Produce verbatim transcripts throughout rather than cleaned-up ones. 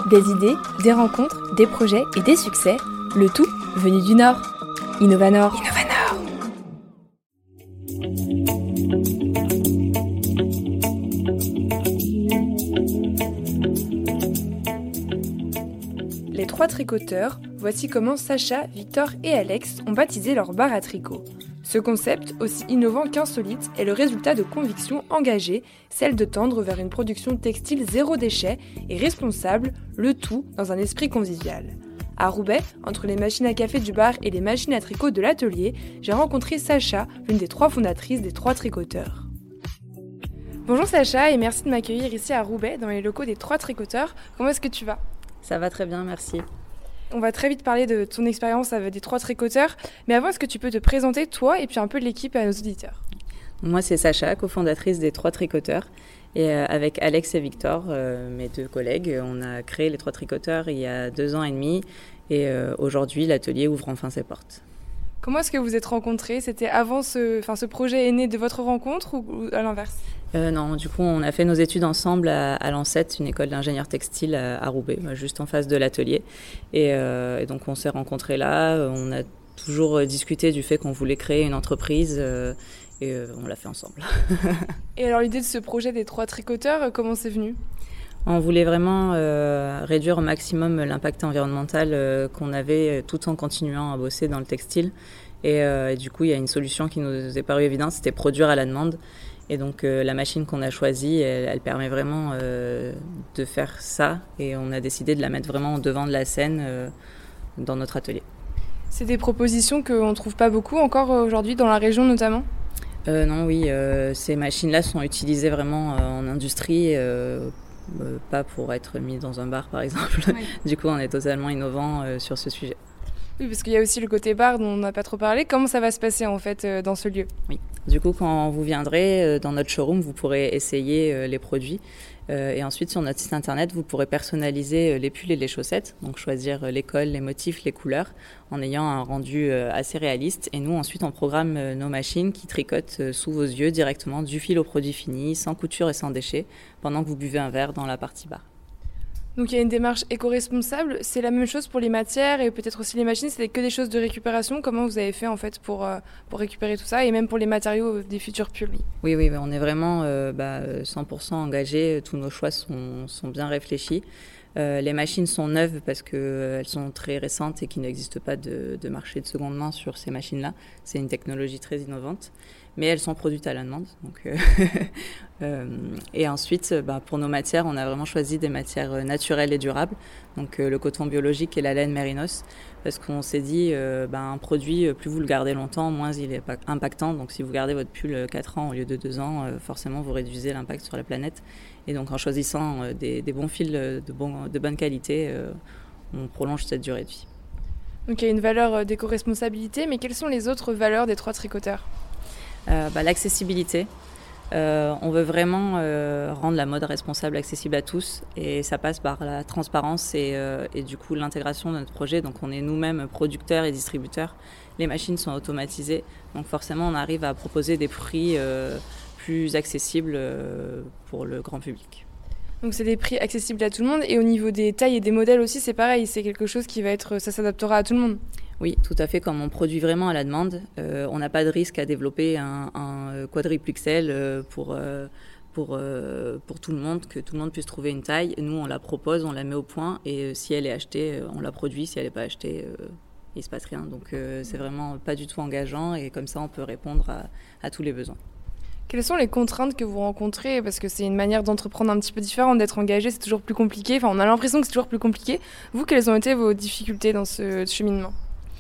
Des idées, des rencontres, des projets et des succès, le tout venu du Nord. Innovanor. Innovanor. Les trois tricoteurs, voici comment Sacha, Victor et Alex ont baptisé leur bar à tricot. Ce concept, aussi innovant qu'insolite, est le résultat de convictions engagées, celle de tendre vers une production textile zéro déchet et responsable, le tout dans un esprit convivial. À Roubaix, entre les machines à café du bar et les machines à tricot de l'atelier, j'ai rencontré Sacha, l'une des trois fondatrices des trois tricoteurs. Bonjour Sacha et merci de m'accueillir ici à Roubaix, dans les locaux des trois tricoteurs. Comment est-ce que tu vas ? Ça va très bien, merci. On va très vite parler de ton expérience avec des trois tricoteurs, mais avant, est-ce que tu peux te présenter toi et puis un peu l'équipe à nos auditeurs ? Moi, c'est Sacha, cofondatrice des trois tricoteurs. Et euh, avec Alex et Victor, euh, mes deux collègues, on a créé les trois tricoteurs il y a deux ans et demi. Et euh, aujourd'hui, l'atelier ouvre enfin ses portes. Comment est-ce que vous vous êtes rencontrés ? C'était avant ce, enfin, ce projet est né de votre rencontre ou, ou à l'inverse ? euh, Non, du coup, on a fait nos études ensemble à, à l'Ansett, une école d'ingénieurs textiles à, à Roubaix, juste en face de l'atelier. Et, euh, et donc, on s'est rencontrés là. On a toujours discuté du fait qu'on voulait créer une entreprise euh, et euh, on l'a fait ensemble. Et alors, l'idée de ce projet des trois tricoteurs, comment c'est venu ? On voulait vraiment euh, réduire au maximum l'impact environnemental euh, qu'on avait tout en continuant à bosser dans le textile. Et, euh, et du coup, il y a une solution qui nous est parue évidente, c'était produire à la demande. Et donc, euh, la machine qu'on a choisie, elle, elle permet vraiment euh, de faire ça. Et on a décidé de la mettre vraiment au devant de la scène euh, dans notre atelier. C'est des propositions qu'on ne trouve pas beaucoup encore aujourd'hui, dans la région notamment ? euh, Non, oui. Euh, ces machines-là sont utilisées vraiment euh, en industrie. Euh, Euh, pas pour être mis dans un bar par exemple. Oui. Du coup on est totalement innovant euh, sur ce sujet. Oui, parce qu'il y a aussi le côté bar dont on n'a pas trop parlé. Comment ça va se passer en fait euh, dans ce lieu ? Oui. Du coup quand vous viendrez euh, dans notre showroom, vous pourrez essayer euh, les produits euh, et ensuite sur notre site internet vous pourrez personnaliser euh, les pulls et les chaussettes, donc choisir euh, les cols, les motifs, les couleurs en ayant un rendu euh, assez réaliste. Et nous ensuite on programme euh, nos machines qui tricotent euh, sous vos yeux directement du fil au produit fini, sans couture et sans déchets, pendant que vous buvez un verre dans la partie bar. Donc il y a une démarche éco-responsable, c'est la même chose pour les matières et peut-être aussi les machines, c'était que des choses de récupération. Comment vous avez fait en fait pour, euh, pour récupérer tout ça et même pour les matériaux des futurs pulls ? Oui, oui, on est vraiment euh, bah, cent pour cent engagés, tous nos choix sont, sont bien réfléchis. Euh, les machines sont neuves parce qu'elles euh, sont très récentes et qu'il n'existe pas de, de marché de seconde main sur ces machines-là. C'est une technologie très innovante, mais elles sont produites à la demande. Donc, euh, euh, et ensuite, bah, pour nos matières, on a vraiment choisi des matières naturelles et durables, donc euh, le coton biologique et la laine mérinos, parce qu'on s'est dit, euh, bah, un produit, plus vous le gardez longtemps, moins il est impactant. Donc si vous gardez votre pull quatre ans au lieu de deux ans, euh, forcément vous réduisez l'impact sur la planète. Et donc en choisissant euh, des, des bons fils de, bon, de bonne qualité, euh, on prolonge cette durée de vie. Donc il y a une valeur d'éco-responsabilité, mais quelles sont les autres valeurs des trois tricoteurs ? euh, bah, L'accessibilité. Euh, on veut vraiment euh, rendre la mode responsable accessible à tous et ça passe par la transparence et, euh, et du coup l'intégration de notre projet. Donc on est nous-mêmes producteurs et distributeurs. Les machines sont automatisées, donc forcément on arrive à proposer des prix euh, plus accessibles euh, pour le grand public. Donc c'est des prix accessibles à tout le monde et au niveau des tailles et des modèles aussi c'est pareil, c'est quelque chose qui va être, ça s'adaptera à tout le monde. Oui, tout à fait. Comme on produit vraiment à la demande, euh, on n'a pas de risque à développer un, un quadruple X L euh, pour, euh, pour, euh, pour tout le monde, que tout le monde puisse trouver une taille. Nous, on la propose, on la met au point et euh, si elle est achetée, on la produit. Si elle n'est pas achetée, euh, il ne se passe rien. Donc euh, c'est vraiment pas du tout engageant et comme ça, on peut répondre à, à tous les besoins. Quelles sont les contraintes que vous rencontrez ? Parce que c'est une manière d'entreprendre un petit peu différente, d'être engagé, c'est toujours plus compliqué. Enfin, on a l'impression que c'est toujours plus compliqué. Vous, quelles ont été vos difficultés dans ce cheminement ?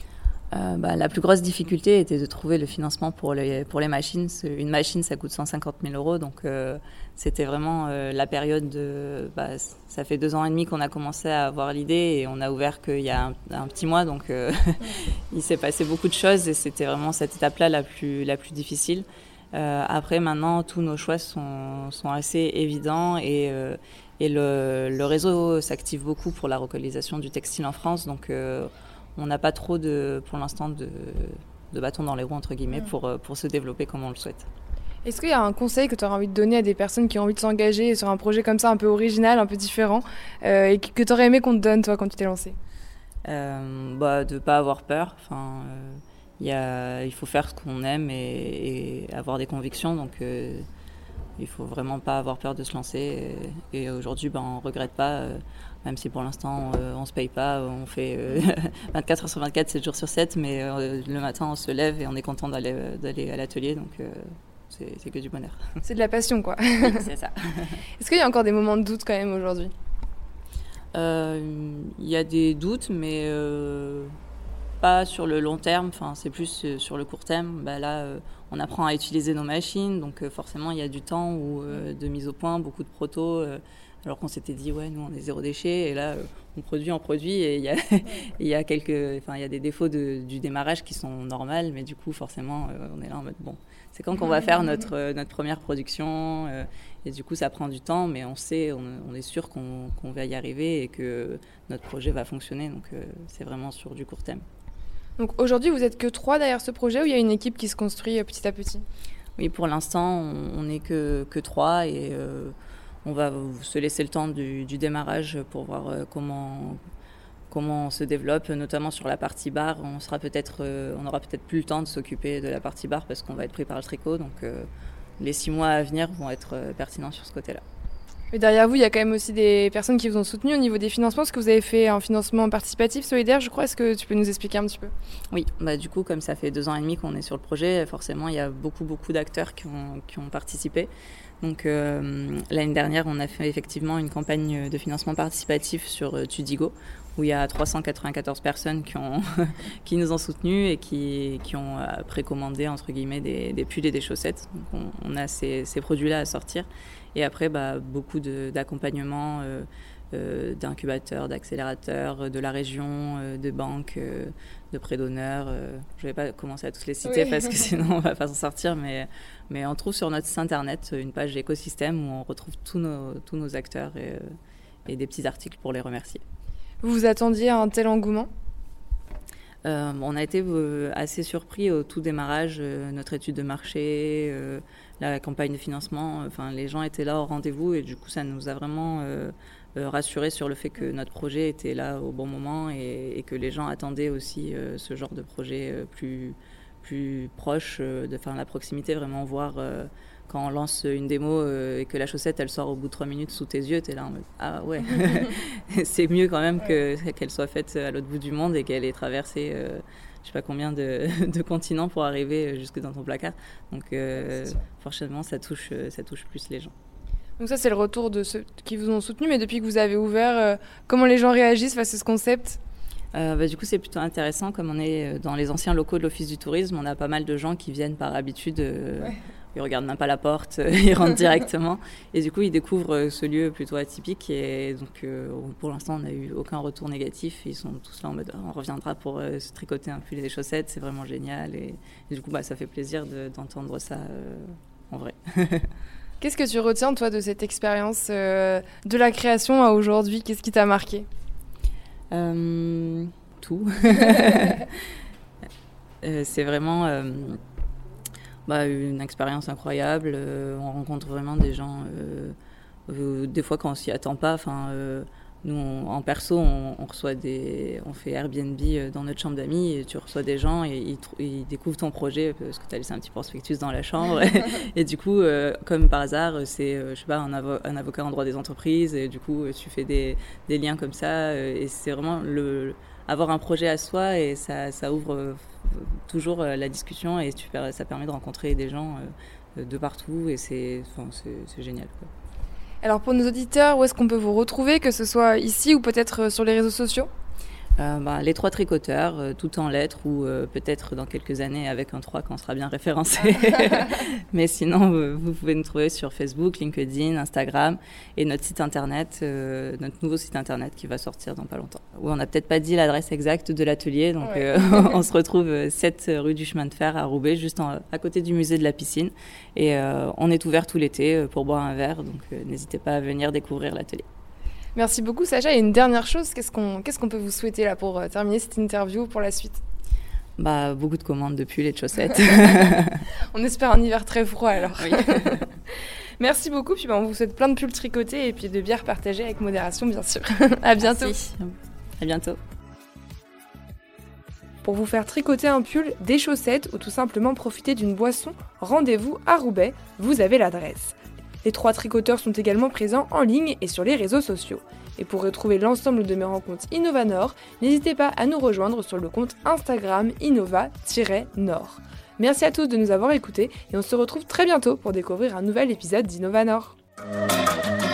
Euh, bah, la plus grosse difficulté était de trouver le financement pour les, pour les machines. Une machine, ça coûte cent cinquante mille euros. Donc, euh, c'était vraiment euh, la période de... Bah, ça fait deux ans et demi qu'on a commencé à avoir l'idée et on a ouvert qu'il y a un, un petit mois. Donc, euh, il s'est passé beaucoup de choses et c'était vraiment cette étape-là la plus, la plus difficile. Euh, après, maintenant, tous nos choix sont, sont assez évidents et, euh, et le, le réseau s'active beaucoup pour la relocalisation du textile en France. Donc, euh, on n'a pas trop, de, pour l'instant, de, de bâtons dans les roues, entre guillemets, pour, pour se développer comme on le souhaite. Est-ce qu'il y a un conseil que tu aurais envie de donner à des personnes qui ont envie de s'engager sur un projet comme ça, un peu original, un peu différent, euh, et que tu aurais aimé qu'on te donne, toi, quand tu t'es lancé? euh, bah, De ne pas avoir peur. Enfin, euh, y a, il faut faire ce qu'on aime et, et avoir des convictions. Donc, euh, il ne faut vraiment pas avoir peur de se lancer. Et, et aujourd'hui, bah, on ne regrette pas. Euh, même si pour l'instant, euh, on ne se paye pas. On fait euh, vingt-quatre heures sur vingt-quatre, sept jours sur sept. Mais euh, le matin, on se lève et on est content d'aller, d'aller à l'atelier. Donc, euh, c'est, c'est que du bonheur. C'est de la passion, quoi. Oui, c'est ça. Est-ce qu'il y a encore des moments de doute, quand même, aujourd'hui? Il euh, y a des doutes, mais euh, pas sur le long terme. Enfin, c'est plus euh, sur le court terme. Bah, là, euh, on apprend à utiliser nos machines, donc euh, forcément, il y a du temps où, euh, de mise au point, beaucoup de protos. Euh, alors qu'on s'était dit, ouais, nous, on est zéro déchet, et là, euh, on produit, on produit, et il y a, y a quelques, enfin, il y a des défauts de, du démarrage qui sont normaux, mais du coup, forcément, euh, on est là en mode, bon, c'est quand qu'on va faire notre, euh, notre première production, euh, et du coup, ça prend du temps, mais on sait, on, on est sûr qu'on, qu'on va y arriver et que notre projet va fonctionner, donc euh, c'est vraiment sur du court terme. Donc aujourd'hui, vous êtes que trois derrière ce projet, ou il y a une équipe qui se construit petit à petit? Oui, pour l'instant, on n'est que, que trois, et euh, on va se laisser le temps du, du démarrage pour voir euh, comment, comment on se développe, notamment sur la partie bar. On, sera peut-être, euh, on aura peut-être plus le temps de s'occuper de la partie bar parce qu'on va être pris par le tricot. Donc euh, les six mois à venir vont être euh, pertinents sur ce côté-là. Et derrière vous, il y a quand même aussi des personnes qui vous ont soutenu au niveau des financements. Est-ce que vous avez fait un financement participatif solidaire, je crois? Est-ce que tu peux nous expliquer un petit peu? Oui, bah, du coup, comme ça fait deux ans et demi qu'on est sur le projet, forcément, il y a beaucoup, beaucoup d'acteurs qui ont, qui ont participé. Donc euh, l'année dernière, on a fait effectivement une campagne de financement participatif sur euh, Tudigo, où il y a trois cent quatre-vingt-quatorze personnes qui, ont qui nous ont soutenus et qui, qui ont euh, précommandé entre guillemets des, des pulls et des chaussettes. Donc on, on a ces, ces produits-là à sortir. Et après, bah, beaucoup de, d'accompagnement, euh, euh, d'incubateurs, d'accélérateurs, de la région, euh, de banques, euh, de prêts d'honneur. Euh, je ne vais pas commencer à tous les citer oui. Parce que sinon on ne va pas s'en sortir. Mais, mais on trouve sur notre site internet une page écosystème où on retrouve tous nos, tous nos acteurs et, euh, et des petits articles pour les remercier. Vous vous attendiez à un tel engouement ? Euh, on a été euh, assez surpris au tout démarrage, euh, notre étude de marché, euh, la campagne de financement. Enfin, les gens étaient là au rendez-vous et du coup, ça nous a vraiment euh, euh, rassurés sur le fait que notre projet était là au bon moment et, et que les gens attendaient aussi euh, ce genre de projet euh, plus, plus proche, euh, de faire la proximité, vraiment voir euh, quand on lance une démo euh, et que la chaussette elle sort au bout de trois minutes sous tes yeux, t'es là en mode ah ouais, c'est mieux quand même que, qu'elle soit faite à l'autre bout du monde et qu'elle ait traversé euh, je sais pas combien de, de continents pour arriver jusque dans ton placard. Donc euh, forcément ça touche, ça touche plus les gens. Donc ça c'est le retour de ceux qui vous ont soutenu, mais depuis que vous avez ouvert, euh, comment les gens réagissent face à ce concept ? Euh, bah, du coup, c'est plutôt intéressant. Comme on est dans les anciens locaux de l'Office du tourisme, on a pas mal de gens qui viennent par habitude. Euh, ouais. Ils regardent même pas la porte, ils rentrent directement. Et du coup, ils découvrent ce lieu plutôt atypique. Et donc, euh, pour l'instant, on n'a eu aucun retour négatif. Ils sont tous là en mode, on reviendra pour euh, se tricoter un pull et des chaussettes. C'est vraiment génial. Et, et du coup, bah, ça fait plaisir de, d'entendre ça euh, en vrai. Qu'est-ce que tu retiens, toi, de cette expérience euh, de la création à aujourd'hui ? Qu'est-ce qui t'a marqué ? Euh, tout. euh, c'est vraiment euh, bah, une expérience incroyable. Euh, on rencontre vraiment des gens, euh, euh, des fois quand on s'y attend pas. Enfin, euh, nous, on, en perso, on, on reçoit des, on fait Airbnb dans notre chambre d'amis et tu reçois des gens et ils, ils découvrent ton projet parce que tu as laissé un petit prospectus dans la chambre et, et du coup, euh, comme par hasard, c'est, euh, je sais pas, un, avo- un avocat en droit des entreprises et du coup, tu fais des, des liens comme ça et c'est vraiment le, avoir un projet à soi et ça, ça ouvre toujours la discussion et tu, ça permet de rencontrer des gens de partout et c'est, enfin, c'est, c'est génial, quoi. Alors pour nos auditeurs, où est-ce qu'on peut vous retrouver, que ce soit ici ou peut-être sur les réseaux sociaux ? Euh, bah, les trois tricoteurs, euh, tout en lettres ou euh, peut-être dans quelques années avec un trois quand on sera bien référencé. Mais sinon, euh, vous pouvez nous trouver sur Facebook, LinkedIn, Instagram et notre site internet, euh, notre nouveau site internet qui va sortir dans pas longtemps. Où on n'a peut-être pas dit l'adresse exacte de l'atelier, donc ouais. euh, on se retrouve sept rue du Chemin de Fer à Roubaix, juste en, à côté du musée de la piscine. Et euh, on est ouvert tout l'été pour boire un verre, donc euh, n'hésitez pas à venir découvrir l'atelier. Merci beaucoup Sacha. Et une dernière chose, qu'est-ce qu'on, qu'est-ce qu'on peut vous souhaiter là pour terminer cette interview pour la suite ? Bah, beaucoup de commandes de pulls et de chaussettes. On espère un hiver très froid alors. Oui. Merci beaucoup, puis bah, on vous souhaite plein de pulls tricotés et puis de bières partagées avec modération bien sûr. À bientôt. Merci. À bientôt. Pour vous faire tricoter un pull, des chaussettes ou tout simplement profiter d'une boisson, rendez-vous à Roubaix, vous avez l'adresse. Les trois tricoteurs sont également présents en ligne et sur les réseaux sociaux. Et pour retrouver l'ensemble de mes rencontres InnovaNord, n'hésitez pas à nous rejoindre sur le compte Instagram innova-nord. Merci à tous de nous avoir écoutés et on se retrouve très bientôt pour découvrir un nouvel épisode d'InnovaNord.